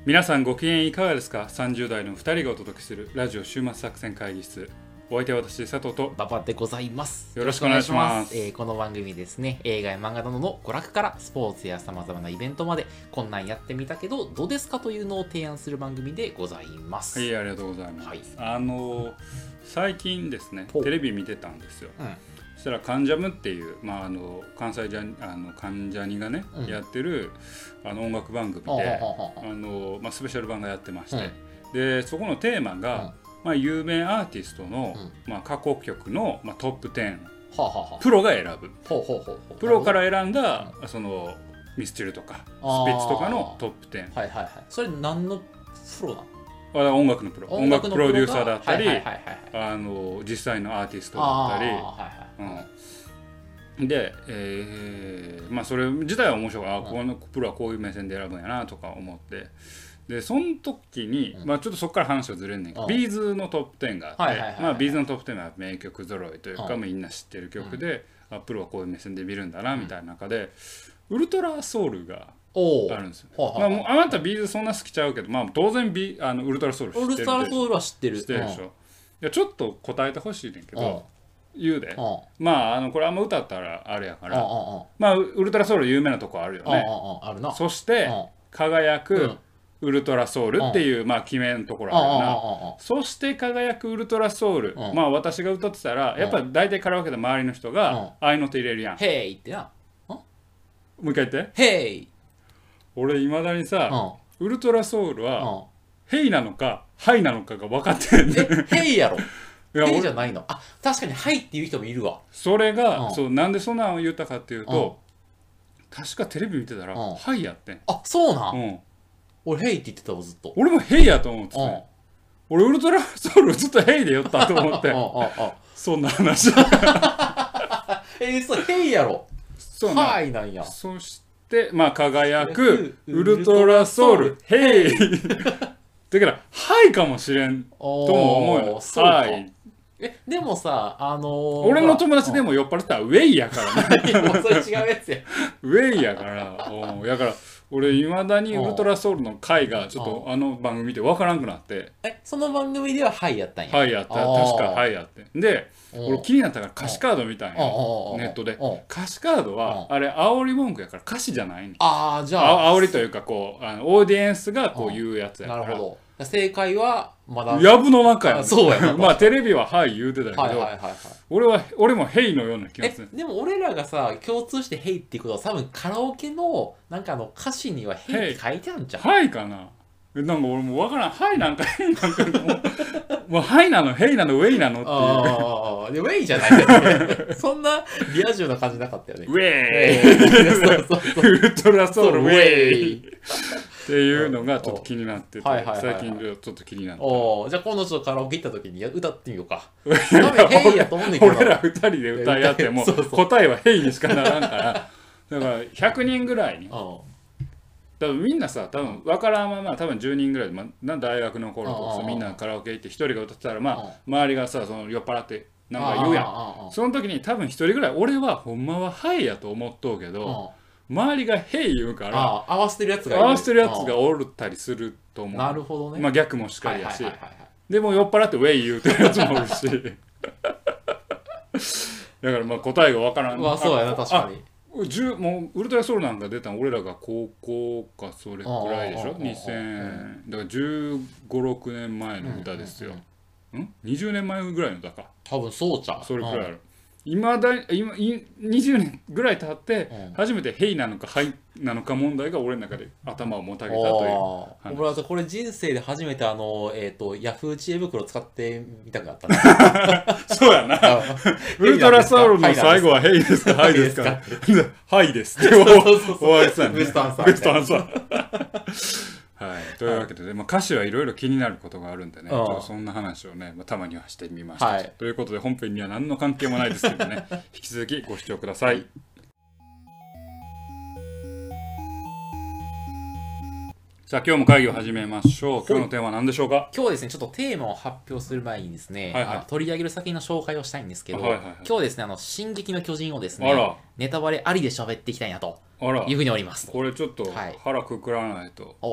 皆さんご機嫌いかがですか。30代の2人がお届けするラジオ週末作戦会議室。お相手は私佐藤と馬場でございます。 よろしくお願いします。 この番組ですね、映画や漫画などの娯楽からスポーツや様々なイベントまでこんなんやってみたけどどうですかというのを提案する番組でございます。 はい、ありがとうございます。 はい、 最近ですねテレビ見てたんですよ。そしたら関ジャムっていう、関西ジャ関ジャニがね、やってる音楽番組でスペシャル版がやってまして、でそこのテーマが、有名アーティストの、過去曲の、トップ10、プロが選ぶ、プロから選んだそのミスチルとかスピッツとかのトップ10。 それ何のプロなの？ 音楽のプロ、音楽プロデューサーだったり、実際のアーティストだったり、で、それ自体は面白い。このプロはこういう目線で選ぶんやなとか思って、でその時に、ちょっとそこから話はずれんねんけど、ビーズのトップ10があって、ビーズのトップ10は名曲揃いというか、みんな知ってる曲で、プロはこういう目線で見るんだなみたいな中で、ウルトラソウルがあるんですよ。あなたビーズそんな好きちゃうけど、当然ウルトラソウル知ってるでしょ。 ウルトラソウルは知ってる。 知ってるでしょ。いやちょっと答えてほしいねんけど、言うで。これあんま歌ったらあれやから、ウルトラソウル有名なとこあるよね。 あるな。 そして輝くウルトラソウルっていう決めんところあるよな。そして輝くウルトラソウル、私が歌ってたらやっぱ大体カラオケで周りの人があいの手入れるやん。 ヘイってな。 もう一回言って。 ヘイ。 俺いまだにさ、ウルトラソウルはヘイなのかハイなのかが分かってんね。 ヘイやろ。ヘイじゃないの。あ、確かにハイっていう人もいるわ。 それが、なんでそんなの言ったかっていうと、確かテレビ見てたらハイやってん。 あ、そうなん。俺ヘイって言ってたわずっと。 俺もヘイやと思ってて、俺ウルトラソウルずっとヘイで言ったと思ってそんな話。 そうヘイやろ。ハイなんや。 そして輝くウルトラソウルヘイだからハイかもしれんとも思うよ。ハイ。 でもさ、 俺の友達でも酔っ払ったらウェイやからね。 もうそれ違うやつや。 ウェイやからだから俺いまだにウルトラソウルの回がちょっと番組で分からんくなって、 その番組ではハイやったんや。 ハイやった。確かハイやってで、俺気になったから歌詞カード見たんや、ネットで。歌詞カードはあれ煽り文句やから歌詞じゃないの。 じゃあ煽りというかオーディエンスがこう言うやつやから。 なるほど。正解はまだやぶの中や。 そうやな。 テレビははい言うてたけど、俺もヘイのような気がする。 でも俺らがさ共通してヘイっていうことは多分カラオケのなんか歌詞にはヘイって書いてあるんじゃん。 はいかな。なんか俺もわからん。はいなんかヘイなんかもうはいなのヘイなのウェイなのっていう。 ウェイじゃないよね。そんなリア充な感じなかったよね。 ウェイ。ウルトラソウルウェイ。っていうのがちょっと気になってて、最近ちょっと気になって。 じゃあ今度ちょっとカラオケ行った時に歌ってみようか。多分ヘイやと思うんだけど。 俺ら2人で歌い合っても答えはヘイにしかならんから。だから100人ぐらいに。多分みんなさ、多分分からんまま多分10人ぐらいで、大学の頃とかさ、みんなカラオケ行って1人が歌ってたら周りがさ、その酔っ払ってなんか言うやん。その時に多分1人ぐらい俺はほんまはハイやと思っとうけど、周りがヘイ言うから合わせてるやつがおるったりすると思う。 なるほどね。 逆もしかりやし、でも酔っ払ってウェイ言うてるやつもおるし。だから答えが分からん。 そうやな、確かに。 もうウルトラソウルなんか出たの俺らが高校かそれくらいでしょ。2000だから15、6年前の歌ですよ。20年前ぐらいの歌か。 多分そうちゃう。 それくらいある。今20年ぐらい経って初めてヘイなのかハイなのか問題が俺の中で頭をもたげたという。 俺はこれ人生で初めてヤフー知恵袋使ってみたくなったね。 そうやな。ウルトラソウルの最後はヘイですかハイですか。ハイですって終わりそうやね。 ベストアンサー。 ベストアンサー。はい、というわけで、歌詞はいろいろ気になることがあるんでね、そんな話をね、たまにはしてみました、ということで本編には何の関係もないですけどね。引き続きご視聴ください。さあ今日も会議を始めましょう。今日のテーマは何でしょうか。 今日はですねちょっとテーマを発表する前にですね、取り上げる先の紹介をしたいんですけど、今日はですね進撃の巨人をですねネタバレありで喋っていきたいなというふうにおります。 これちょっと腹くくらないと。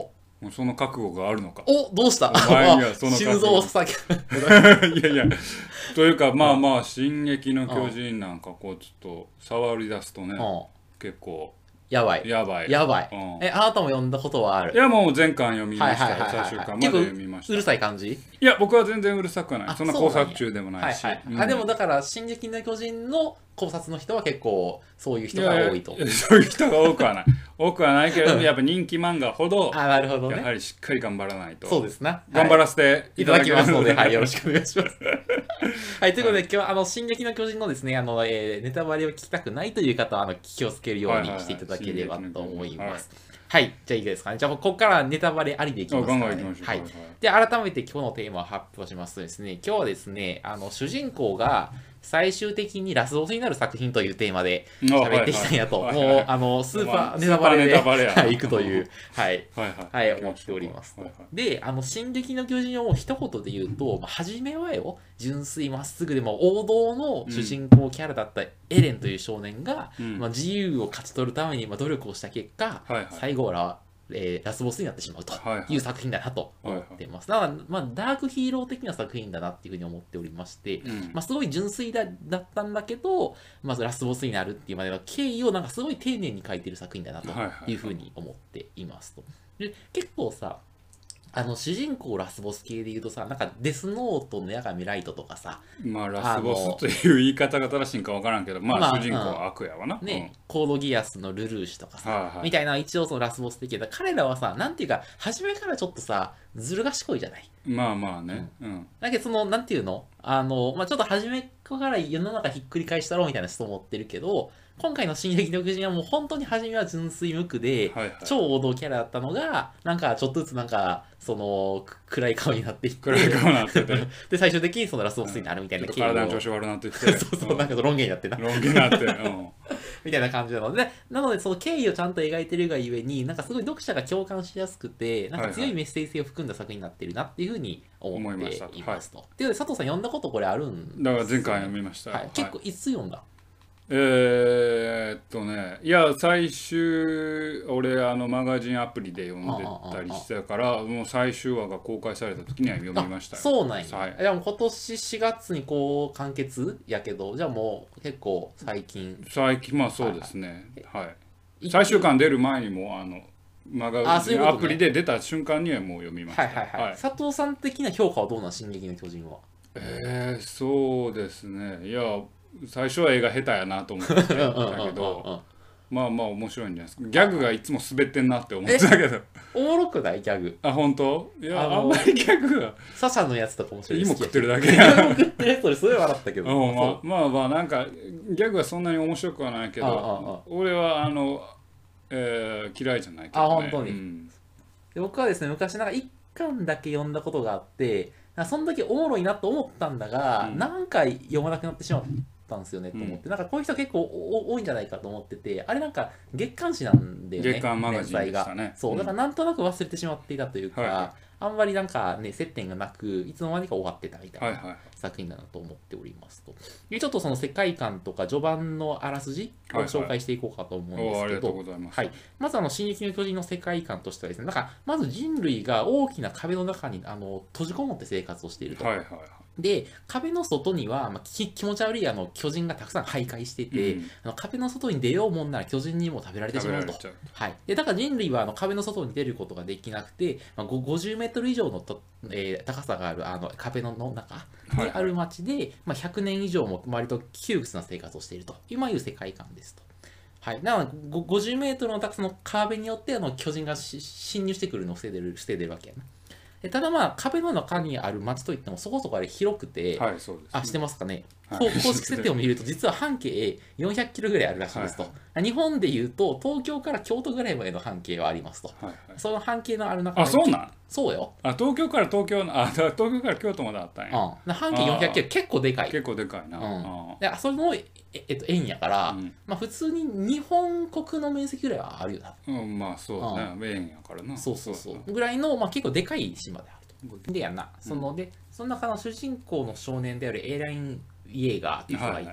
もうその覚悟があるのか。 お、どうした？ お前にはその心臓を捧げいやいや、というかまあまあ「進撃の巨人」なんかこうちょっと触り出すとね、結構やばい。 やばい。 やばい。あなたも読んだことはある？ いや、もう全巻読みましたよ。最終巻まで読みました。 うるさい感じ？ いや、僕は全然うるさくない。そんな考察中でもないし。 でもだから「進撃の巨人」の考察の人は結構そういう人が多いと。 そういう人が多くはない。多くはないけれども、やっぱ人気漫画ほど、 なるほどね、 やはりしっかり頑張らないと。 そうですな。 頑張らせていただきますので、はい、よろしくお願いします。はい、ということで、今日は進撃の巨人のですね、ネタバレを聞きたくないという方は、気をつけるようにしていただければと思います。はい、じゃあいいですかね。じゃあ、ここからネタバレありでいきますからね。はい。で、改めて今日のテーマを発表しますとですね、今日はですね、主人公が、最終的にラスボスになる作品というテーマで喋っていきたいなと、もうスーパーネタバレでいくという、思っております。で、進撃の巨人を一言で言うと、初めはよ、純粋まっすぐでも王道の主人公キャラだったエレンという少年が、自由を勝ち取るために努力をした結果、最後はラスボスになってしまうという作品だなと思っています。だから、ダークヒーロー的な作品だなっていうふうに思っておりまして、すごい純粋だったんだけど、まずラスボスになるっていうまでの経緯をなんかすごい丁寧に書いてる作品だなというふうに思っていますと。で、結構さ、主人公ラスボス系で言うとさ、なんかデスノートの八神ライトとかさ、 ラスボスという言い方が正しいんか分からんけど、主人公は悪やわな。 コードギアスのルルーシュとかさ、みたいな一応そのラスボス的だ。彼らはさ、なんていうか、初めからちょっとさ、ずる賢いじゃない。 まあね。 だけどなんていうのちょっと初めから世の中ひっくり返したろうみたいな人もってるけど、今回の進撃の巨人はもう本当に初めは純粋無垢で、超王道キャラだったのが、なんかちょっとずつなんか、暗い顔になっていって、 暗い顔になってて。 で、最終的にそのラスボスになるみたいな経緯を。 体の調子悪なってきて。 そう、なんかロン毛になってな。 ロン毛になって。 みたいな感じなので、その経緯をちゃんと描いてるがゆえに、なんかすごい読者が共感しやすくて、なんか強いメッセージ性を含んだ作品になってるなっていうふうに思っていますと。っていうので、佐藤さん読んだことこれあるんですだから前回読みました。 結構いつ読んだ？ いや最終俺マガジンアプリで読んでたりしてたから、もう最終話が公開された時には読みましたよ。 そうなんや。じゃあもう今年4月にこう完結やけど、じゃあもう結構最近まあそうですね。最終巻出る前にもマガジンアプリで出た瞬間にはもう読みました。 佐藤さん的な評価はどうなん？進撃の巨人は。 そうですね。いや最初は映画下手やなと思ってたけど、まあ面白いんじゃないですか。ギャグがいつも滑ってんなって思ってたけど。 おもろくないギャグ？ 本当？いやあんまりギャグが。 サシャのやつとか面白い。 芋食ってるだけや。 芋食ってる人ですごい笑ったけど。 まあなんかギャグはそんなに面白くはないけど、俺は嫌いじゃないけどね。 本当に。僕はですね、昔なんか1巻だけ読んだことがあって、その時おもろいなと思ったんだが、何回読まなくなってしまったんですよねと思って、なんかこういう人結構多いんじゃないかと思ってて、あれなんか月刊誌なんだよね。 月刊マガジンでしたね。 そう、だからなんとなく忘れてしまっていたというか、あんまりなんかね、接点がなく、いつの間にか終わってたみたいな作品だなと思っておりますと。で、ちょっとその世界観とか序盤のあらすじを紹介していこうかと思うんですけど、まず進撃の巨人の世界観としてはですね、なんかまず人類が大きな壁の中に閉じこもって生活をしていると。で、壁の外には、気持ち悪い巨人がたくさん徘徊してて、壁の外に出ようもんなら巨人にも食べられてしまうと。で、だから人類は壁の外に出ることができなくて、50メートル以上の高さがある壁の中にある町で、100年以上も割と窮屈な生活をしているという世界観ですと。なので50メートルの高さの壁によって巨人が侵入してくるのを防いでるわけやな。ただ壁の中にある町といってもそこそこあれ広くて、してますかね。公式設定を見ると実は半径400キロぐらいあるらしいですと。日本でいうと東京から京都ぐらいまでの半径はありますと。その半径のある中に。そうなん？ そうよ。 東京から京都まであったんや。 半径400キロ結構でかい。 結構でかいな。 それの円やから、普通に日本国の面積ぐらいはあるよな。 そうだね。円やからな。 そうぐらいの結構でかい島であると。でやな。その中の主人公の少年であるエライン・イエーガーっていう人がいて、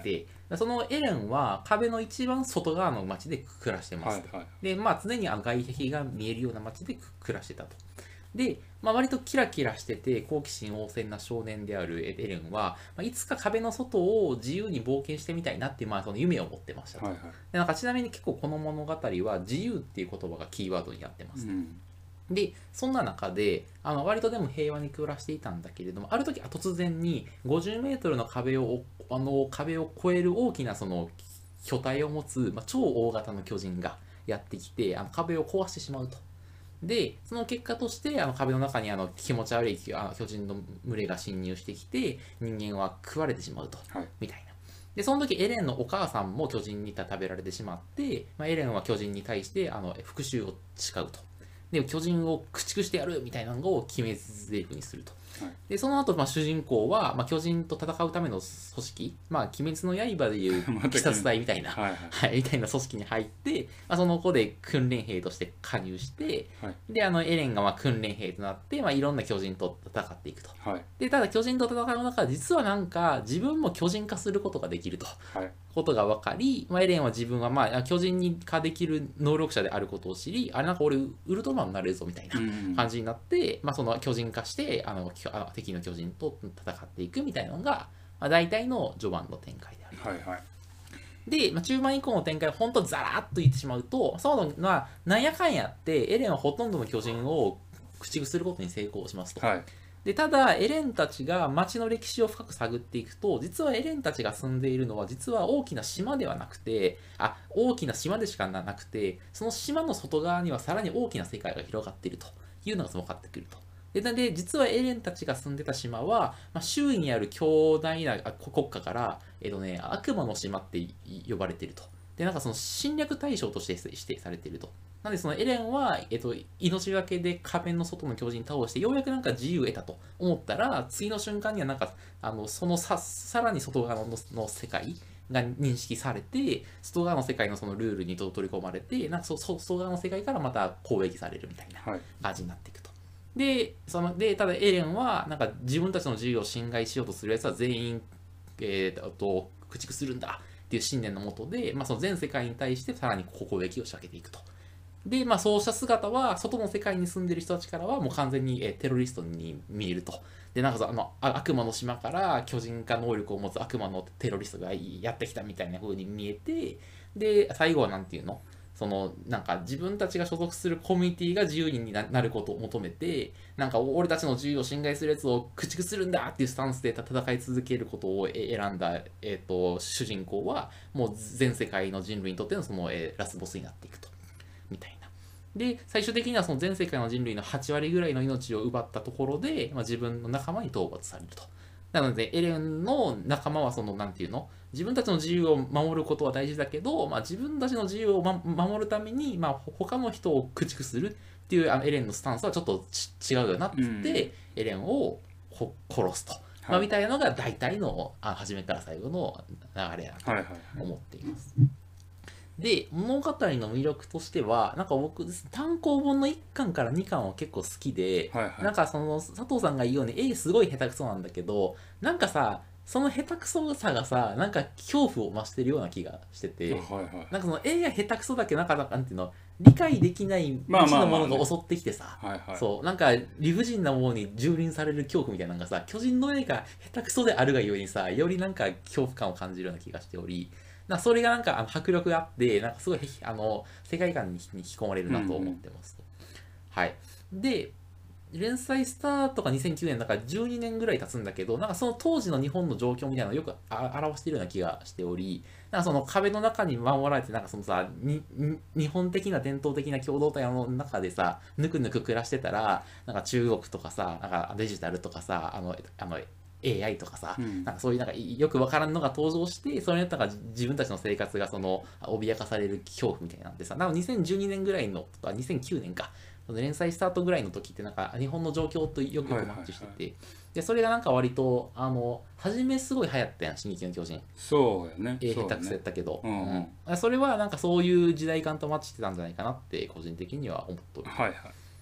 そのエレンは壁の一番外側の町で暮らしてますと。で、まあ常に外壁が見えるような町で暮らしてたと。で、まあ、割とキラキラしてて好奇心旺盛な少年であるエレンは、まあ、いつか壁の外を自由に冒険してみたいなっていう、まあ、その夢を持ってましたと。でなんかちなみに結構この物語は自由っていう言葉がキーワードになってます。で、そんな中で、割とでも平和に暮らしていたんだけれども、ある時突然に50メートルの壁を越える大きなその巨体を持つ、まあ、超大型の巨人がやってきて、壁を壊してしまうと。で、その結果として、壁の中に気持ち悪い巨人の群れが侵入してきて、人間は食われてしまうと。みたいな。で、その時エレンのお母さんも巨人に食べられてしまって、まあ、エレンは巨人に対して復讐を誓うと。で、巨人を駆逐してやるみたいなのを決め台詞にすると。で、その後、まあ、主人公は、まあ、巨人と戦うための組織、まあ、鬼滅の刃でいう鬼殺隊みたいな、みたいな組織に入って、まあ、その子で訓練兵として加入して、で、エレンがまあ訓練兵となって、まあ、いろんな巨人と戦っていくと。で、ただ巨人と戦う中で、実はなんか、自分も巨人化することができると。ことが分かり、まあ、エレンは自分はまあ巨人化できる能力者であることを知り、あれなんか俺ウルトラマンになれるぞみたいな感じになって、まあ、その巨人化して敵の巨人と戦っていくみたいなのが、まあ、大体の序盤の展開である。で、まあ、中盤以降の展開を本当ざらっと言ってしまうと、そういうのはなんやかんやってエレンはほとんどの巨人を駆逐することに成功しますと。で、ただ、エレンたちが街の歴史を深く探っていくと、実はエレンたちが住んでいるのは、実は大きな島ではなくて、大きな島でしかなくて、その島の外側にはさらに大きな世界が広がっているというのが分かってくると。で、実はエレンたちが住んでた島は、まあ、周囲にある強大な国家から、悪魔の島って呼ばれていると。で、なんかその侵略対象として指定されていると。なんでそのエレンは、命がけで壁の外の巨人倒して、ようやくなんか自由を得たと思ったら、次の瞬間にはなんか、そのさらに外側の世界が認識されて、外側の世界のそのルールに取り込まれて、なんか外側の世界からまた攻撃されるみたいな感じになっていくと。で、ただエレンは、なんか自分たちの自由を侵害しようとするやつは全員、駆逐するんだっていう信念のもとで、まあ、その全世界に対してさらに攻撃を仕掛けていくと。で、まあ、そうした姿は、外の世界に住んでる人たちからは、もう完全にテロリストに見えると。で、なんか悪魔の島から巨人化能力を持つ悪魔のテロリストがやってきたみたいな風に見えて、で、最後はなんていうのなんか自分たちが所属するコミュニティが自由になることを求めて、なんか俺たちの自由を侵害するやつを駆逐するんだっていうスタンスで戦い続けることを選んだ、主人公は、もう全世界の人類にとってのラスボスになっていくと。みたいな。で、最終的にはその全世界の人類の8割ぐらいの命を奪ったところで、まあ、自分の仲間に討伐されると。なので、エレンの仲間はなんていうの、自分たちの自由を守ることは大事だけど、まあ、自分たちの自由を、守るために、まあ、他の人を駆逐するっていうエレンのスタンスはちょっと違うよなって言って、エレンを殺すと。まあ、みたいなのが大体の初めから最後の流れだと思っています。で、物語の魅力としては、なんか僕、単行本の1巻から2巻は結構好きで、なんか佐藤さんが言うように、すごい下手くそなんだけど、なんかさ、その下手くそさがさ、なんか恐怖を増してるような気がしてて、なんかが下手くそだけど、なんていうの、理解できない未知のものが襲ってきてさ、そう、なんか理不尽なものに蹂躙される恐怖みたいなのがさ、巨人の絵が下手くそであるがゆえにさ、よりなんか恐怖感を感じるような気がしており、それがなんか迫力があって、なんかすごい世界観に引き込まれるなと思ってますと。はい。で、連載スタートが2009年だから12年ぐらい経つんだけど、なんかその当時の日本の状況みたいなのをよく表しているような気がしており、なんかその壁の中に守られて、なんか日本的な伝統的な共同体の中でさ、ぬくぬく暮らしてたら、なんか中国とかさ、なんかデジタルとかさ、AI とかさ、なんかそういうなんかよくわからんのが登場して、それによって自分たちの生活が脅かされる恐怖みたいなんでさ、なんか2012年ぐらいの、2009年か、連載スタートぐらいの時ってなんか日本の状況とよくマッチしてて、でそれがなんか割と初めすごい流行ったやん、進撃の巨人。 そうやね。 下手くそやったけど、それはなんかそういう時代感とマッチしてたんじゃないかなって個人的には思っとる。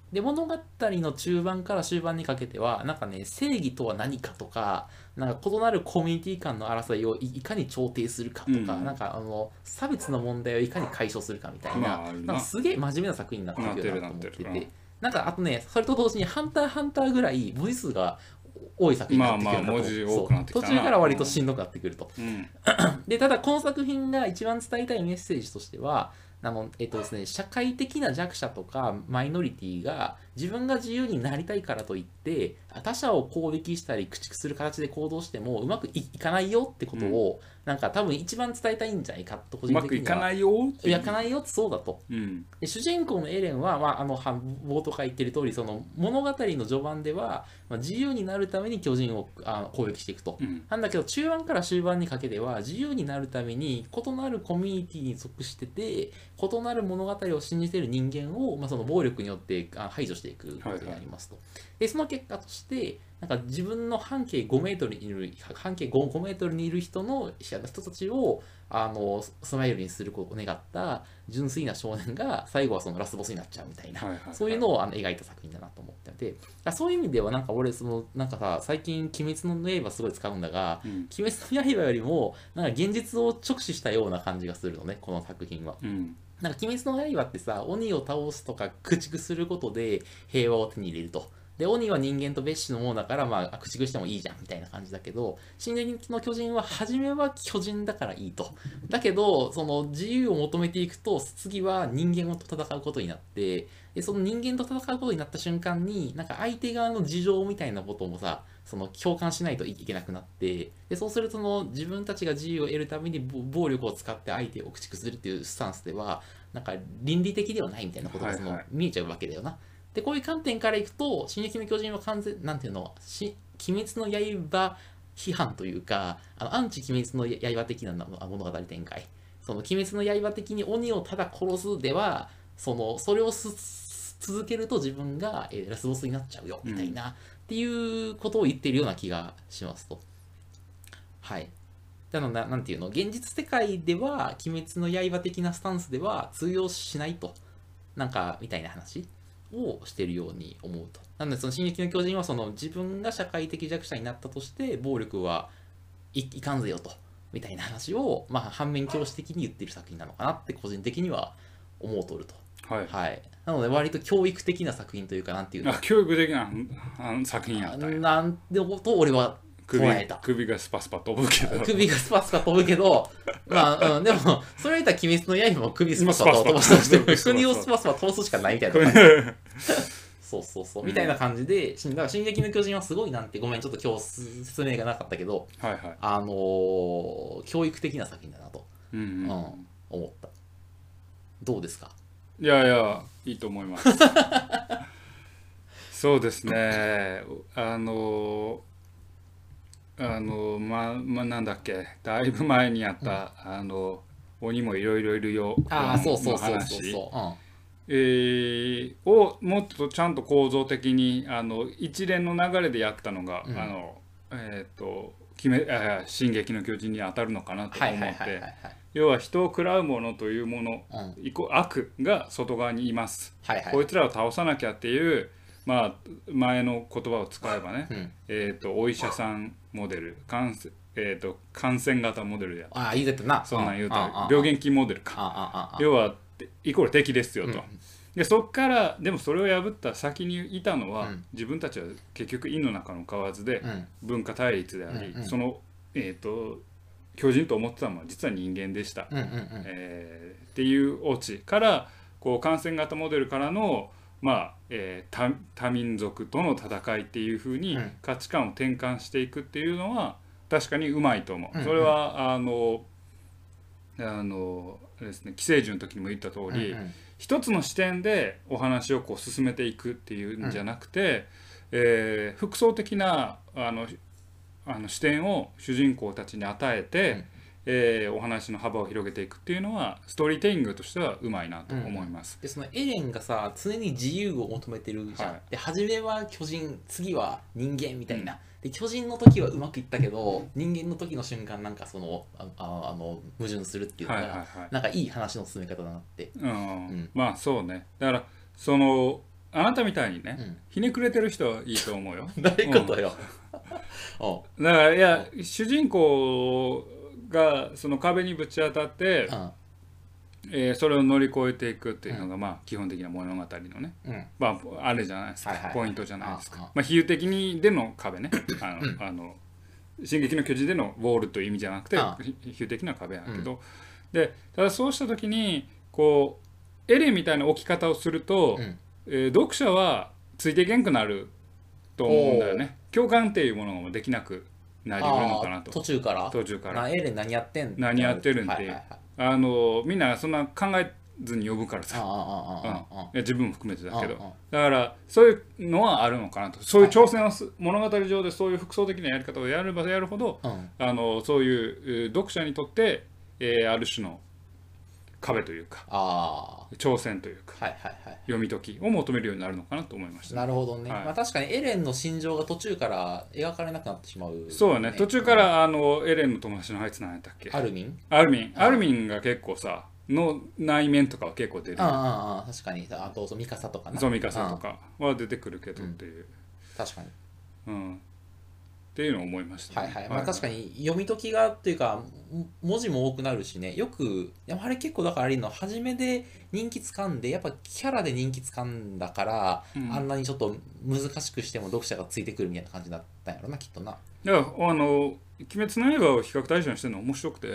で、物語の中盤から終盤にかけては、なんかね、正義とは何かとか、なんか異なるコミュニティ間の争いをいかに調停するかとか、なんか差別の問題をいかに解消するかみたいな、なんかすげえ真面目な作品になってるよなと思ってて、なんかあとね、それと同時にハンターハンターぐらい文字数が多い作品になってくるなと。 文字多くなってきたな。 途中から割としんどくなってくると。で、ただこの作品が一番伝えたいメッセージとしては、ですね、社会的な弱者とかマイノリティが自分が自由になりたいからといって他者を攻撃したり駆逐する形で行動してもうまくいかないよってことを、なんか多分一番伝えたいんじゃないかと個人的には。うまくいかないよっていかないよってそうだと。で主人公のエレンは、冒頭から言ってる通りその物語の序盤では、自由になるために巨人を攻撃していくと。なんだけど中盤から終盤にかけては自由になるために異なるコミュニティに属してて異なる物語を信じている人間を、その暴力によって排除していくことになりますと。でその結果としてなんか自分の半径5メートルにいる5メートルにいる人たちをスマイルにすることを願った純粋な少年が最後はそのラスボスになっちゃうみたいな、そういうのを描いた作品だなと思ってて、そういう意味ではなんか俺なんかさ最近「鬼滅の刃」すごい使うんだが、鬼滅の刃よりもなんか現実を直視したような感じがするのね、この作品は。なんか鬼滅の刃ってさ、鬼を倒すとか駆逐することで平和を手に入れると。で、鬼は人間と別種のものだから、駆逐してもいいじゃんみたいな感じだけど、進撃の巨人は初めは巨人だからいいと。だけど、その自由を求めていくと、次は人間と戦うことになって、で、その人間と戦うことになった瞬間に、なんか相手側の事情みたいなこともさ、その共感しないといけなくなって、でそうすると自分たちが自由を得るために暴力を使って相手を駆逐するっていうスタンスでは、なんか倫理的ではないみたいなことが見えちゃうわけだよな。で、こういう観点からいくと、進撃の巨人は完全、なんていうの、鬼滅の刃批判というか、アンチ鬼滅の刃的な物語展開。その鬼滅の刃的に鬼をただ殺すでは、それを続けると自分がラスボスになっちゃうよ、みたいな、っていうことを言っているような気がしますと。はい。なんていうの、現実世界では、鬼滅の刃的なスタンスでは通用しないと。なんか、みたいな話をしているように思うと。なので、その進撃の巨人は、自分が社会的弱者になったとして、暴力はいかんぜよと。みたいな話を、反面教師的に言っている作品なのかなって、個人的には思うとると。はい。なので、割と教育的な作品というか、なんていうの。 教育的な作品やったんや。 なんてことを俺は、 首がスパスパ飛ぶけど。 首がスパスパ飛ぶけど、でも、それ言ったら鬼滅の刃も首スパスパ飛ばしても、国をスパスパ通すしかないみたいな。そう、みたいな感じで、だから進撃の巨人はすごいなんて、ごめん、ちょっと今日説明がなかったけど、教育的な作品だなと、思った。どうですか？ いやいや、いいと思います。そうですね。なんだっけ、だいぶ前にやった、鬼もいろいろいるよの話をもっとちゃんと構造的に一連の流れでやったのが、進撃の巨人に当たるのかなと思って、要は人を食らうものというもの、悪が外側にいます。こいつらを倒さなきゃっていう、前の言葉を使えばね、お医者さんモデル、感染型モデルや言うてたな。 そんなん言うたら病原菌モデルか。要はイコール敵ですよと。でそっからでもそれを破った先にいたのは、自分たちは結局陰の中の蛙で、文化対立であり、その巨人と思ってたのは実は人間でした、っていうオチからこう感染型モデルからの多民族との戦いっていう風に価値観を転換していくっていうのは確かにうまいと思う。それはですね、寄生獣の時にも言った通り、一つの視点でお話をこう進めていくっていうんじゃなくて、複層的な視点を主人公たちに与えて、お話の幅を広げていくっていうのはストーリーテイングとしてはうまいなと思います。 でそのエレンがさ常に自由を求めてるじゃん。で初めは巨人、次は人間みたいな。で巨人の時はうまくいったけど人間の時の瞬間なんか矛盾するっていうのがなんかいい話の進め方だなって。 まあそうね。だからそのあなたみたいにね、ひねくれてる人はいいと思うよ。 どういうことよ。 だからいや主人公がその壁にぶち当たって、それを乗り越えていくっていうのがまあ基本的な物語のね、まああれじゃないですか、ポイントじゃないですか。まあ比喩的にでの壁ね、進撃の巨人でのウォールという意味じゃなくて比喩的な壁やけど、でただそうした時にこうエレンみたいな置き方をすると、読者はついていけんくなると思うんだよね。共感っていうものができなくなりうるのかなと。 途中からエレン何やってんってみんなそんな考えずに呼ぶからさ、自分も含めてだけど、だからそういうのはあるのかなと。そういう挑戦を物語上でそういう複層的なやり方をやればやるほど、そういう読者にとって、ある種の壁というか挑戦というか読み解きを求めるようになるのかなと思いました。 なるほどね。まあ確かにエレンの心情が途中から描かれなくなってしまう。 そうね、途中からエレンの友達のあいつ何やったっけ、アルミンが結構さの内面とかは結構出る。 確かに。あとミカサとかね。そうミカサとかは出てくるけどっていう。 確かに。 っていうのを思いましたね。 まあ確かに読み解きがっていうか文字も多くなるしね。よくあれ結構だからあれの初めで人気つかんでやっぱキャラで人気つかんだから、あんなにちょっと難しくしても読者がついてくるみたいな感じだったんやろなきっとな。 だから鬼滅の刃を比較対象にしてるの面白くて、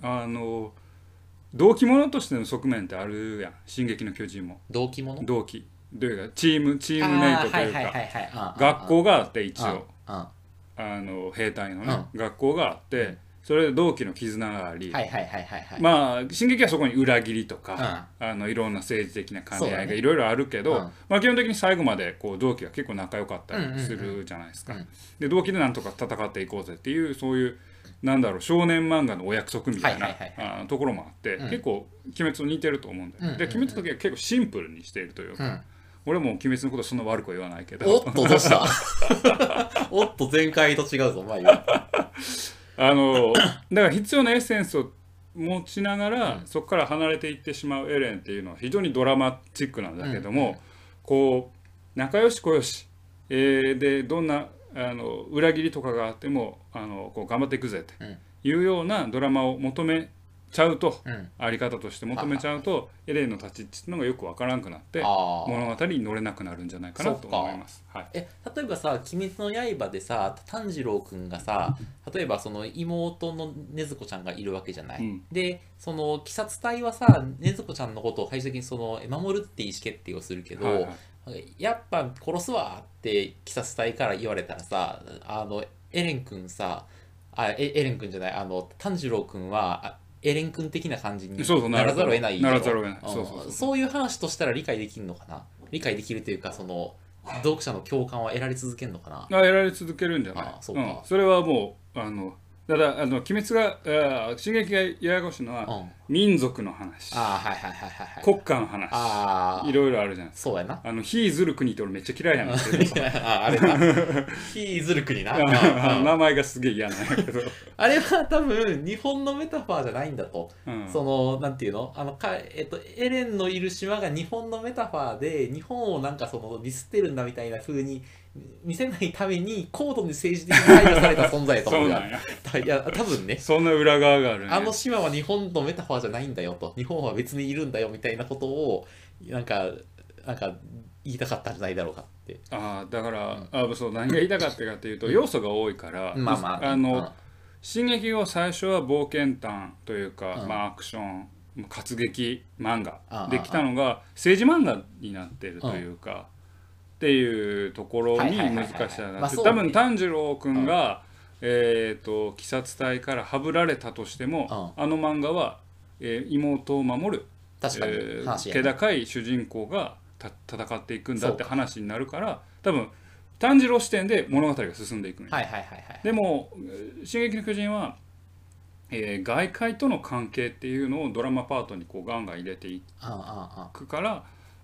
同期ものとしての側面ってあるやん。進撃の巨人も同期もの同期というかチームメイトというか学校があって一応兵隊のね、学校があって、それで同期の絆があり、まあ進撃はそこに裏切りとか、いろんな政治的な兼ね合いがいろいろあるけど、まあ基本的に最後までこう同期が結構仲良かったりするじゃないですか。で同期でなんとか戦っていこうぜっていうそういうなんだろう少年漫画のお約束みたいなところもあって、結構鬼滅と似てると思うんだよ。で鬼滅の時は結構シンプルにしているというか。俺も鬼滅のことそんな悪くは言わないけど。 おっとどうしたおっと前回と違うぞお前は。 だから必要なエッセンスを持ちながら、そこから離れていってしまうエレンっていうのは非常にドラマチックなんだけども、こう仲良し小良し、でどんな裏切りとかがあってもこう頑張っていくぜっていうようなドラマを求めちゃうと、あり方として求めちゃうと、エレンの立ち位置っていうのがよくわからんくなって物語に乗れなくなるんじゃないかなと思います。 例えばさ「鬼滅の刃」でさ炭治郎くんがさ例えばその妹の禰豆子ちゃんがいるわけじゃない、でその鬼殺隊はさ禰豆子ちゃんのことを最終的にその守るって意思決定をするけど、やっぱ殺すわって鬼殺隊から言われたらさエレンくんさエレンくんじゃない炭治郎くんはエレン君的な感じにならざるを得ない。そういう話としたら理解できるのかな。理解できるというかその読者の共感は得られ続けるのかな。 得られ続けるんじゃない。それはもうただ鬼滅が進撃がややこしいのは、民族の話、国家の話、いろいろあるじゃないですか。 そうやな。 ヒーズル国って俺めっちゃ嫌いやねんけどあれなヒーズル国な名前がすげえ嫌なんやけどあれは多分日本のメタファーじゃないんだと、そのなんていうのエレンのいる島が日本のメタファーで日本をなんかそのディスってるんだみたいな風に見せないために高度に政治的に配慮された存在やと思うやいや多分ねそんな裏側があるね。 島は日本のメタファーじゃないんだよと、日本は別にいるんだよみたいなことをなんか言いたかったんじゃないだろうかって。 だからそう何が言いたかったかっていうと、要素が多いから進撃を最初は冒険譚というか、アクション活劇漫画できたのが政治漫画になってるというか、っていうところに難しさがあって、多分炭治郎くんが鬼殺隊からはぶられたとしても、漫画は、妹を守る気高い主人公が戦っていくんだって話になるから、多分炭治郎視点で物語が進んでいくんでも「進撃の巨人は」外界との関係っていうのをドラマパートにこうガンガン入れていくから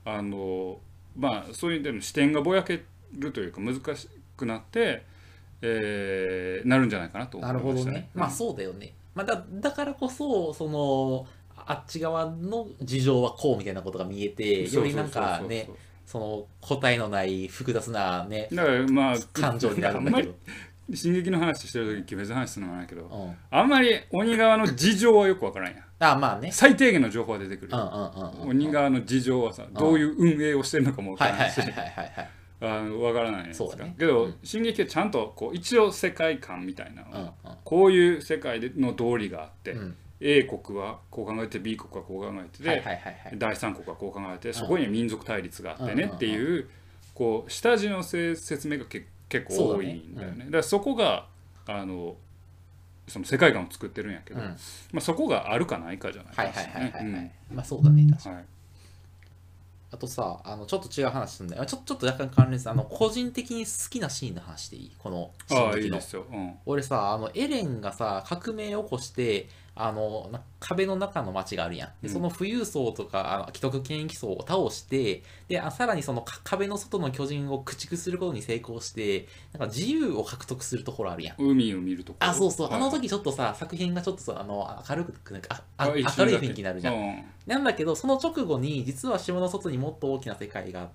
そういう意味での視点がぼやけるというか難しくなって、なるんじゃないかなと思いましたね。 なるほどね。そうだよね。だからこそそのあっち側の事情はこうみたいなことが見えて、よりなんかねその答えのない複雑なね、 だからまあ感情になるんだけど。 進撃の話してる時鬼滅の話するのもないけど、あんまり鬼側の事情はよくわからんやん。 まあね。 最低限の情報は出てくる。鬼側の事情はさ、どういう運営をしてるのかもわからないし、わからないんですか。けど、進撃はちゃんとこう一応世界観みたいなのこういう世界の道理があって、A 国はこう考えて B 国はこう考えてて、第三国はこう考えて、そこには民族対立があってねっていうこう下地の説明が結構多いんだよね。だからそこがその世界観を作ってるんやけど、まあそこがあるかないかじゃないですかね。 まあそうだね、確かに。あとさ、ちょっと違う話するんだよ。ちょっと若干関連する。個人的に好きなシーンの話でいい？この進撃の。 いいですよ。 俺さ、エレンがさ、革命を起こして、壁の中の町があるやん。でその富裕層とか既得権益層を倒して、でさらにその壁の外の巨人を駆逐することに成功して、なんか自由を獲得するところあるやん。 海を見るところ。 そうそう、あの時ちょっとさ、作品がちょっとさ、明るくなんか明るい雰囲気になるじゃん。なんだけど、その直後に実は島の外にもっと大きな世界があって、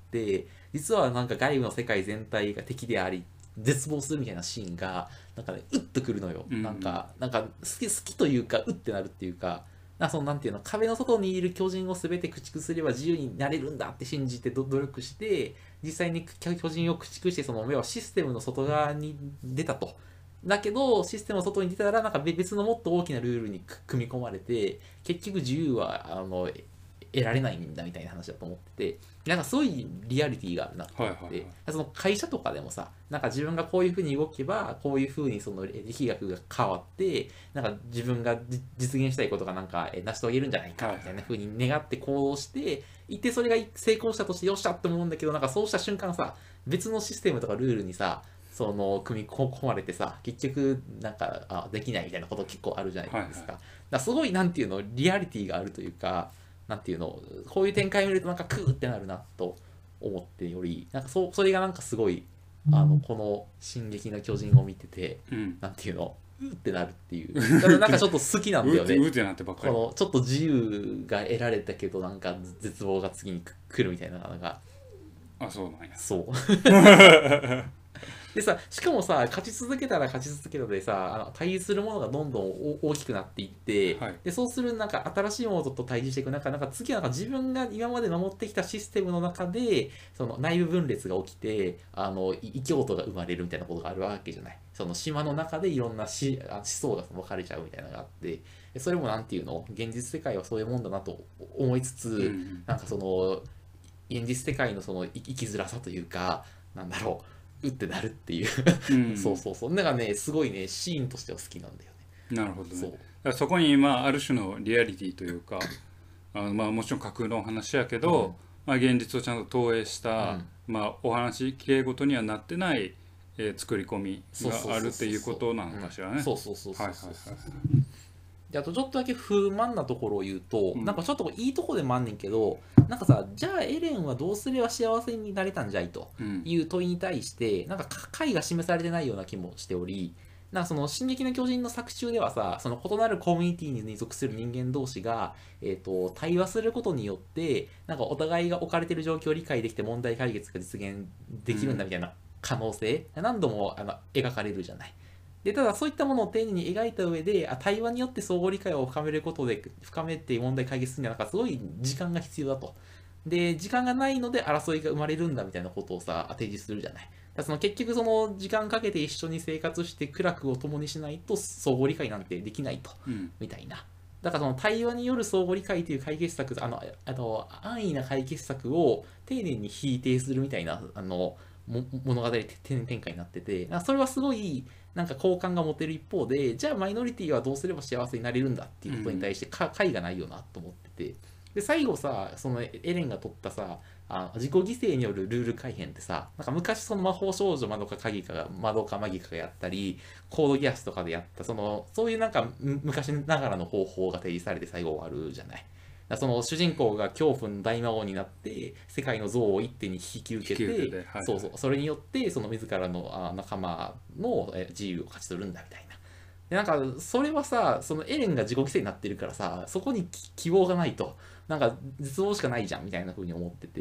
実はなんか外部の世界全体が敵であり絶望するみたいなシーンがなんかね、うっとくるのよ。なんか好きというか、うってなるっていうか、そのなんていうの、壁の外にいる巨人を全て駆逐すれば自由になれるんだって信じて努力して、実際に巨人を駆逐して、その要はシステムの外側に出たと。だけどシステムの外に出たらなんか別のもっと大きなルールに組み込まれて、結局自由は得られないんだみたいな話だと思ってて、なんかそういうリアリティがあるなと思って、その会社とかでもさ、なんか自分がこういうふうに動けばこういうふうにその力学が変わって、なんか自分が実現したいことがなんか成し遂げるんじゃないかみたいなふうに願って行動していて、それが成功したとしてよっしゃって思うんだけど、なんかそうした瞬間さ、別のシステムとかルールにさ、その組み込まれてさ、結局なんかできないみたいなこと結構あるじゃないですか。だからすごいなんていうの、リアリティがあるというか、なんていうの、こういう展開を見るとなんかクーってなるなと思ってより、なんかそれがなんかすごいこの「進撃の巨人」を見てて、なんていうの、うってなるっていう。だからなんかちょっと好きなんだよね。 うってなってばっかり。 このちょっと自由が得られたけどなんか絶望が次に来るみたいなのが。 そうなんや。 そう。でさ、しかもさ、勝ち続けたら勝ち続けたでさ、対峙するものがどんどん大きくなっていって、でそうするなんか新しいものと対峙していく中、なんか次はなんか自分が今まで守ってきたシステムの中でその内部分裂が起きて異教徒が生まれるみたいなことがあるわけじゃない。その島の中でいろんな思想が分かれちゃうみたいなのがあって、それもなんていうの、現実世界はそういうもんだなと思いつつ、なんかその現実世界のその生きづらさというか、なんだろう、ってなるっていうそうそうそう。だからね、すごいね、シーンとしては好きなんだよね。 なるほどね。そこにある種のリアリティというか、もちろん架空の話やけど、現実をちゃんと投影した、お話きれいごとにはなってない、作り込みがあるっていうことなのかしらね。 そうそうそうそう。であとちょっとだけ不満なところを言うと、なんかちょっといいとこでもあんねんけど、なんかさ、じゃあエレンはどうすれば幸せになれたんじゃいという問いに対して、なんか解が示されてないような気もしており、なんかその「進撃の巨人」の作中ではさ、その異なるコミュニティに属する人間同士が、対話することによってなんかお互いが置かれている状況を理解できて問題解決が実現できるんだみたいな可能性、何度も描かれるじゃない。でただそういったものを丁寧に描いた上で、対話によって相互理解を深めることで深めて問題解決するにはなんかすごい時間が必要だと。で時間がないので争いが生まれるんだみたいなことをさ提示するじゃない。その結局その時間かけて一緒に生活して苦楽を共にしないと相互理解なんてできないと、みたいな。だからその対話による相互理解という解決策、安易な解決策を丁寧に否定するみたいな物語展開になってて、それはすごいなんか好感が持てる一方で、じゃあマイノリティはどうすれば幸せになれるんだっていうことに対して解がないよなと思ってて、で最後さ、そのエレンが取ったさ自己犠牲によるルール改変ってさ、なんか昔その魔法少女マドカマギカがやったり、コードギアスとかでやったそういうなんか昔ながらの方法が提示されて最後終わるじゃない。その主人公が恐怖の大魔王になって世界の像を一手に引き受けて、それによってその自らの仲間の自由を勝ち取るんだみたいな。でなんかそれはさ、そのエレンが自己犠牲になってるからさ、そこに希望がないとなんか絶望しかないじゃんみたいな風に思ってて、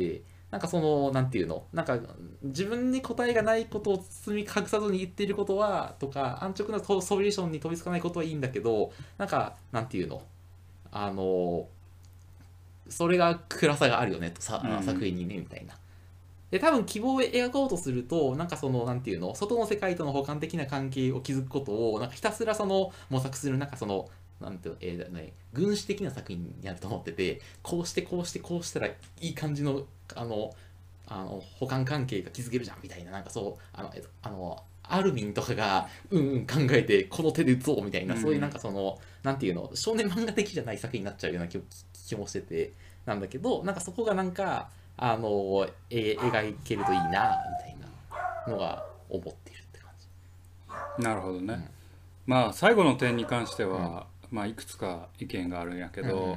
なんかその、なんていうの、なんか自分に答えがないことを包み隠さずに言っていることは、とか、安直なソリューションに飛びつかないことはいいんだけど、なんか、なんていうの、あの、それが暗さがあるよねとさ、作品にね、みたいな。で、多分希望を描こうとすると、なんかその、なんていうの、外の世界との補完的な関係を築くことを、なんかひたすらその、模索する、なんかその、なんていうの、軍師的な作品になると思ってて、こうしてこうしてこうしたらいい感じの、補完関係が築けるじゃんみたいな、なんかそう、アルミンとかが、考えて、この手で打つぞみたいな、そういうなんかその、なんていうの、少年漫画的じゃない作品になっちゃうような気もしてて、なんだけど、なんかそこがなんか、描けるといいなみたいなのが思っているって感じ。 なるほどね、まあ最後の点に関しては、まあいくつか意見があるんやけど、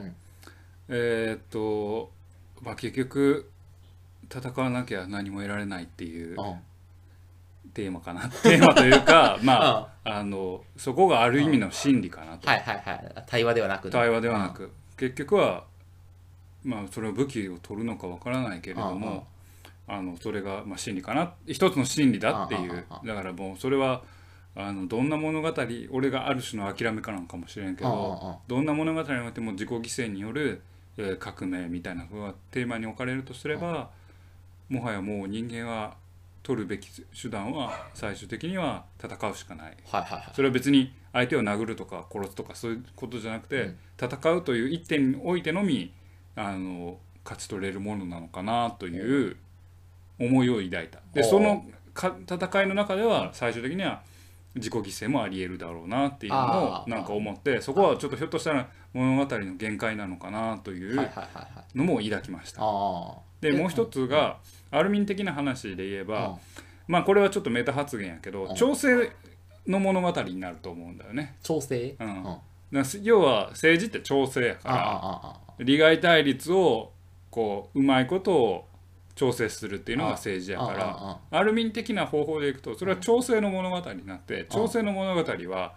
まあ結局戦わなきゃ何も得られないっていうテーマかな、テーマというかまあそこがある意味の真理かなと。 対話ではなく、 対話ではなく、結局はまあそれを武器を取るのかわからないけれども、それがまあ真理かな、一つの真理だっていう。だからもうそれはどんな物語、俺がある種の諦めかなんかもしれんけど、どんな物語においても自己犠牲による革命みたいなのがテーマに置かれるとすれば、もはやもう人間は取るべき手段は最終的には戦うしかない。それは別に相手を殴るとか殺すとかそういうことじゃなくて、戦うという一点においてのみ勝ち取れるものなのかなという思いを抱いた。でその戦いの中では最終的には自己犠牲もありえるだろうなっていうのをなんか思って、そこはちょっとひょっとしたら物語の限界なのかなというのも抱きました。でもう一つがアルミン的な話で言えば、まあこれはちょっとメタ発言やけど、調整の物語になると思うんだよね。 調整、 要は政治って調整やから利害対立をこううまいことを調整するっていうのが政治やから、アルミン的な方法でいくとそれは調整の物語になって、調整の物語は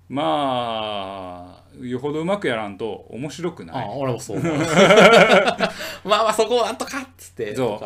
まあよほどうまくやらんと面白くない。 俺もそう思うまあそこをなんとかっつってそう、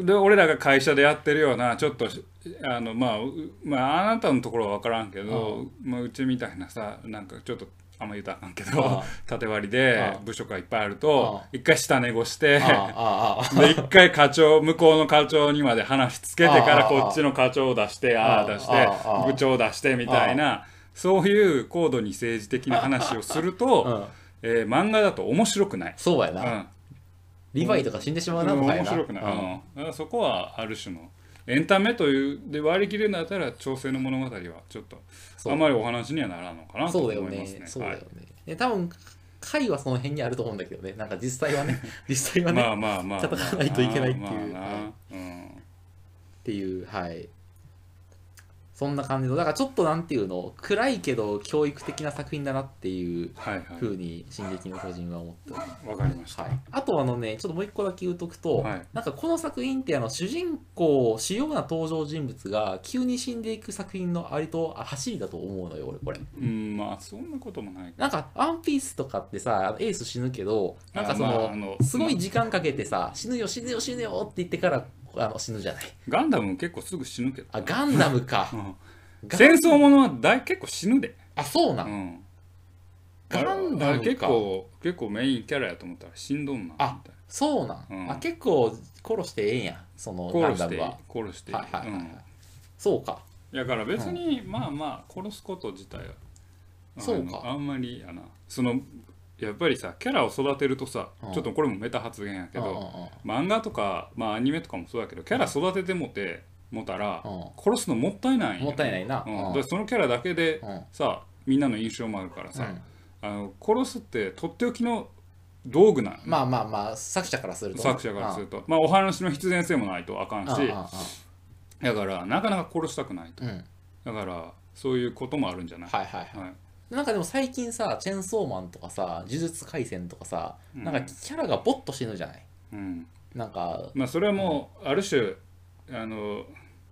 で俺らが会社でやってるようなちょっとまああなたのところは分からんけど、まあ、うちみたいなさ、なんかちょっとあんま言うたらあかんけど縦割りで部署がいっぱいあると一回下ネゴしてで一回向こうの課長にまで話つけてからこっちの課長を出して出して部長を出してみたいな、そういう高度に政治的な話をすると漫画だと面白くない。 そうやな、リヴァイとか死んでしまうな、 面白くない。だからそこはある種のエンタメというで割り切るんだったら調整の物語はちょっとあまりお話にはならんのかなと思いますね。 そうだよね。多分回はその辺にあると思うんだけどね。なんか実際はね戦わないといけないっていうっていう、はい。そんな感じの、だからちょっとなんていうの、暗いけど教育的な作品だなっていう風に「進撃の巨人」は思っております。 わかりました。 あとちょっともう一個だけ言うとくと、なんかこの作品って主人公主要な登場人物が急に死んでいく作品の割と走りだと思うのよ俺これ。 まあそんなこともない。 なんか「ワンピースとかってさエース死ぬけど、なんかそのすごい時間かけてさ死ぬよ死ぬよ死ぬよって言ってから死ぬじゃない。 ガンダム結構すぐ死ぬけど。 ガンダムか戦争ものは結構死ぬで。 そうなん、ガンダムか結構メインキャラやと思ったら死んどんなみたいな。 そうなん、結構殺してええんや、そのガンダムは。 殺していい。 そうか。 だから別にまあ殺すこと自体はそうかあんまりやな。やっぱりさキャラを育てるとさ、ちょっとこれもメタ発言やけど、漫画とかアニメとかもそうだけど、キャラ育ててもたら殺すのもったいない。 もったいないな。 そのキャラだけでさみんなの印象もあるからさ、殺すってとっておきの道具なの。 まあ作者からするとお話の必然性もないとあかんし、だからなかなか殺したくないと。だからそういうこともあるんじゃない。なんかでも最近さチェンソーマンとかさ呪術廻戦とかさ、なんかキャラがボッと死ぬじゃない。なんかそれはもうある種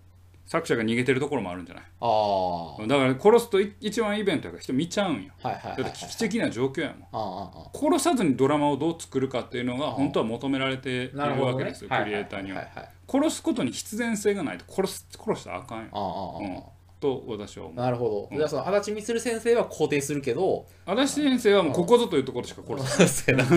作者が逃げてるところもあるんじゃない。 ああ。 だから殺すと一番イベントやから人見ちゃうんよ。 はいはいはいはい。 だって危機的な状況やもん。 ああ。 殺さずにドラマをどう作るかっていうのが本当は求められているわけですよ、 ね、 クリエイターには。殺すことに必然性がないと殺したらあかんよ。と私は思う。 なるほど。じゃあその足立満先生は肯定するけど、 足立先生はもうここぞというところしか殺さない。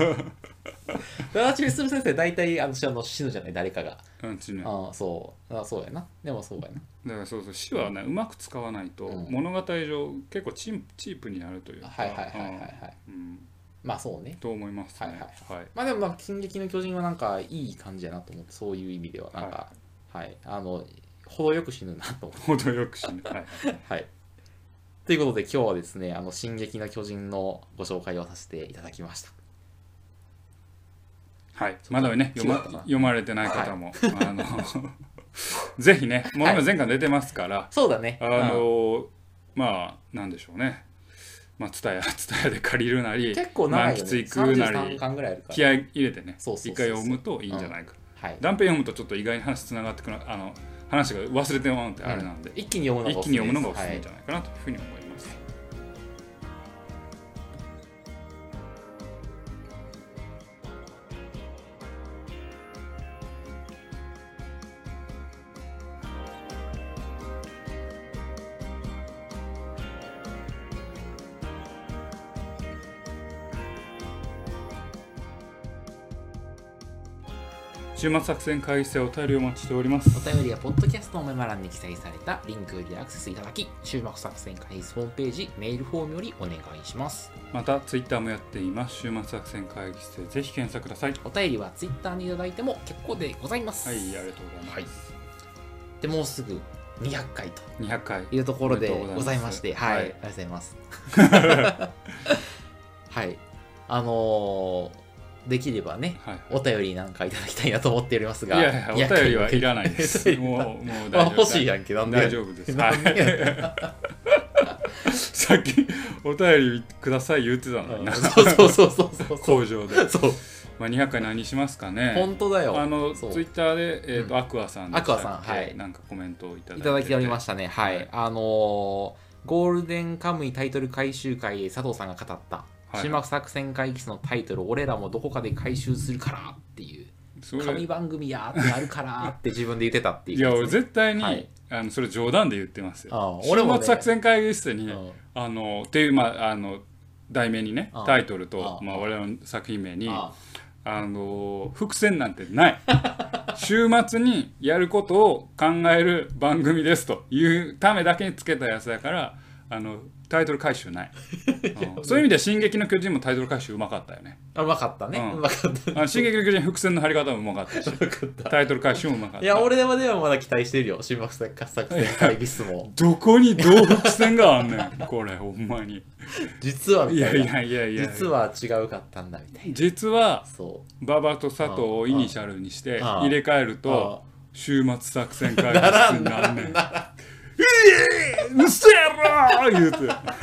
足立満先生大体死ぬじゃない誰かが。 死ぬ。 そうやな。でもそうやな。 だからそう死はねうまく使わないと物語上結構チープになるというか。 はい。まあそうね。 と思いますね。 まあでも進撃の巨人はなんかいい感じやなと思って、そういう意味ではなんか程よく死ぬなと思って。 程よく死ぬ。 はい。ということで今日はですね、進撃の巨人のご紹介をさせていただきました。 はい。まだね、読まれてない方も、ぜひね、もう今前回出てますから、 そうだね。 まあ、なんでしょうね。まあ、ツタヤで借りるなり、 結構長いよね。 満喫行くなり、気合い入れてね、一回読むといいんじゃないか。断片読むとちょっと意外に話つながってくる、話が忘れてまうってあれなんで、 一気に読むのがおすすめじゃないかなというふうに思います。週末作戦会議室でお便りをお待ちしております。 お便りはポッドキャストのメモ欄に記載されたリンクよりアクセスいただき、週末作戦会議室ホームページ、メールフォームよりお願いします。 またツイッターもやっています。週末作戦会議室でぜひ検索ください。 お便りはツイッターにいただいても結構でございます。 はい、ありがとうございます。 でもうすぐ200回と 200回いうところでございまして、はい、ありがとうございます。はい、できればね、お便りなんかいただきたいなと思っておりますが、 いやお便りはいらないです。もう大丈夫。 欲しいやんけ、なんで大丈夫です。さっきお便りください言ってたのにな。 そう工場で。 そう。 まあ200回何しますかね。 本当だよ。 ツイッターでアクアさんでしたっけ。 アクアさん、はい。 なんかコメントをいただいておりましたね。はい。ゴールデンカムイタイトル回収会で佐藤さんが語った。終幕作戦会議室のタイトル、俺らもどこかで回収するからっていう神番組やってなるからって自分で言ってたっていう、 いや俺絶対に、それ冗談で言ってますよ。終幕作戦会議室にっていう題名にねタイトルと我々の作品名に伏線なんてない週末にやることを考える番組ですというためだけにつけたやつだからタイトル回収ない、そういう意味では進撃の巨人もタイトル回収うまかったよね。 うまかったね、うまかった進撃の巨人伏線の張り方もうまかったしタイトル回収もうまかった。 いや俺でもまだ期待してるよ、終幕作戦会議室も。 どこにどう伏線があんねんこれほんまに。 実はみたいな。 いや実は違うかったんだみたいな。 実は馬場と佐藤をイニシャルにして入れ替えると終末作戦会議室になるねん。うっせやろ言うて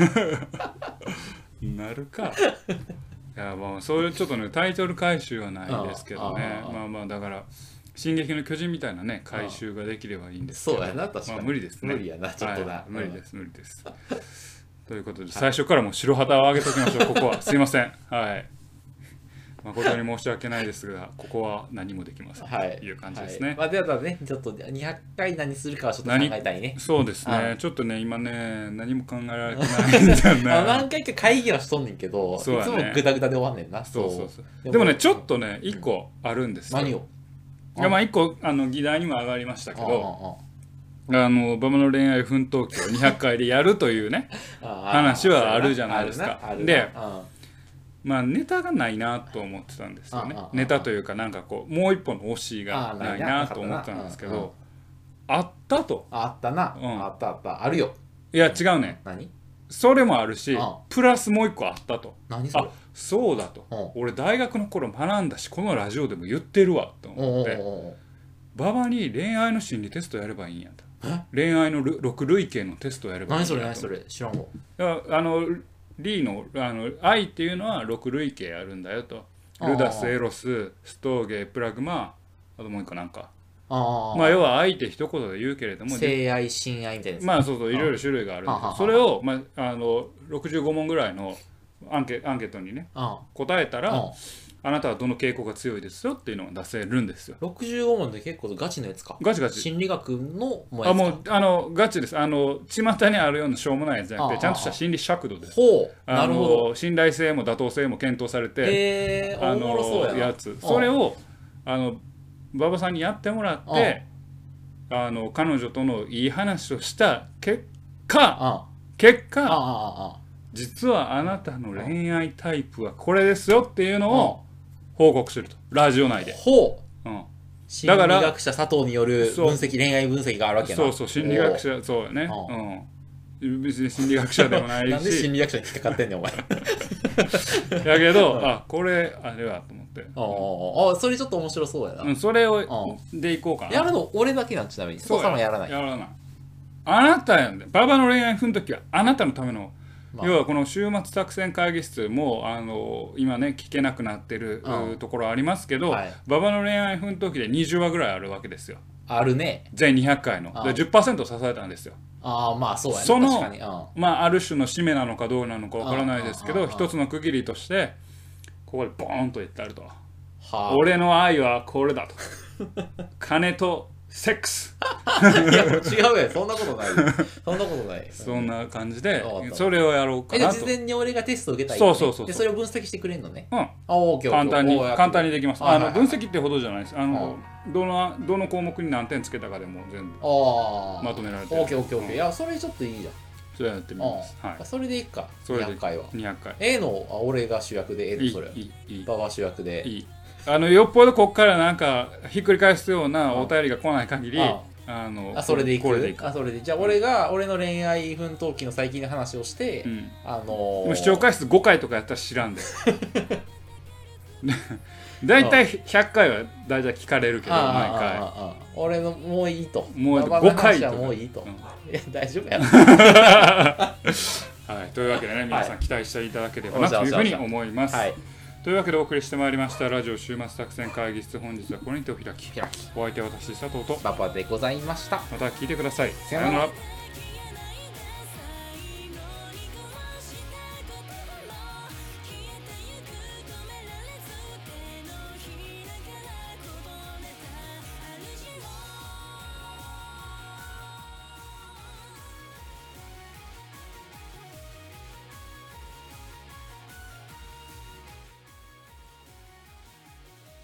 なるか。いやもうそういうちょっとねタイトル回収はないですけどね。まあだから進撃の巨人みたいなね回収ができればいいんですけど、 そうやな、確かに。 まあ無理ですね。 無理やな、ちょっとな。 無理です。ということで最初からもう白旗を上げときましょう。ここはすいません。はい。誠に申し訳ないですが、ここは何もできませんという感じですね。 まあではね、ちょっと200回何するかはちょっと考えたいね。 そうですね。ちょっとね、今ね、何も考えられてないんだよね。 何回か会議はしとんねんけど、いつもグダグダで終わんねんな。 そうでもね、ちょっとね、1個あるんですよ。 何を？ いやまあ1個議題にも上がりましたけど、馬場の恋愛奮闘記を200回でやるというね話はあるじゃないですか。でまあネタがないなと思ってたんですよね。ネタというかなんかこうもう一本の推しがないなと思ったんですけど、あったと。 あったな。あったあるよ。 いや違うね。 何？ それもあるしプラスもう一個あったと。 何それ？ あそうだと。俺大学の頃学んだしこのラジオでも言ってるわと思って馬場に恋愛の心理テストやればいいんやと。恋愛の6類型のテストやればいいんやと。 何それ知らんわ。 リーの愛っていうのは6類型あるんだよと。ルダス、エロス、ストーゲ、プラグマ、あともう一個なんかまあ要は愛って一言で言うけれども、 性愛親愛みたいな、 まあそうそう、いろいろ種類があるんですよ。それを、まあ、65問ぐらいのアンケートにね答えたら、あなたはどの傾向が強いですよっていうのが出せるんですよ。 65問って結構ガチのやつか。 ガチガチ。 心理学のもうガチです。巷にあるようなしょうもないやつじゃなくて、ちゃんとした心理尺度です。 ほう、なるほど。 信頼性も妥当性も検討されて、 おもろそうやな。 やつ。それを馬場さんにやってもらって、彼女とのいい話をした結果、実はあなたの恋愛タイプはこれですよっていうのを報告すると、ラジオ内で。 ほう。心理学者佐藤による恋愛分析があるわけやな。 そうそう、心理学者、そうよね。別に心理学者でもないし。 なんで心理学者に引っかかってんねんお前。 やけど、これあれはと思って。 それちょっと面白そうやな。 それをでいこうかな。 やるの俺だけなん、ちなみに。そうさんはやらない。 やらない。あなたやんで、馬場の恋愛踏んときはあなたのための。要はこの週末作戦会議室も今ね聞けなくなってるところありますけど、馬場の恋愛奮闘記で20話ぐらいあるわけですよ。 あるね。 全200回の。で 10% を支えたんですよ。 まあそうやね。 その確かに、 ある種の締めなのかどうなのかわからないですけど、一つの区切りとしてここでボーンと言ってあると。俺の愛はこれだと。金とセックス。 いや違うよ、そんなことない。そんなことない。 そんな感じでそれをやろうかなと。 事前に俺がテストを受けたい。 そうでそれを分析してくれるのね。 簡単にできます。分析ってほどじゃないです。どの項目に何点つけたかでも全部まとめられてる。 オッケー。いやそれちょっといいじゃん。 それやってみます。 それでいいか。200回は。 200回。 俺が主役でそれ。馬場主役で。 いい。よっぽどこっからなんかひっくり返すようなお便りが来ない限り、 それでいく。それでじゃあ俺の恋愛奮闘記の最近の話をして、 視聴回数5回とかやったら知らんで。だいたい100回はだいたい聞かれるけど毎回。 俺のもういいと。 もう5回とか。 もういいと。大丈夫やな。 はい、というわけでね、皆さん期待していただければなというふうに思います。というわけでお送りしてまいりましたラジオ週末作戦会議室、本日はこれにてお開き。お相手は私佐藤と馬場でございました。 また聞いてください。さようなら。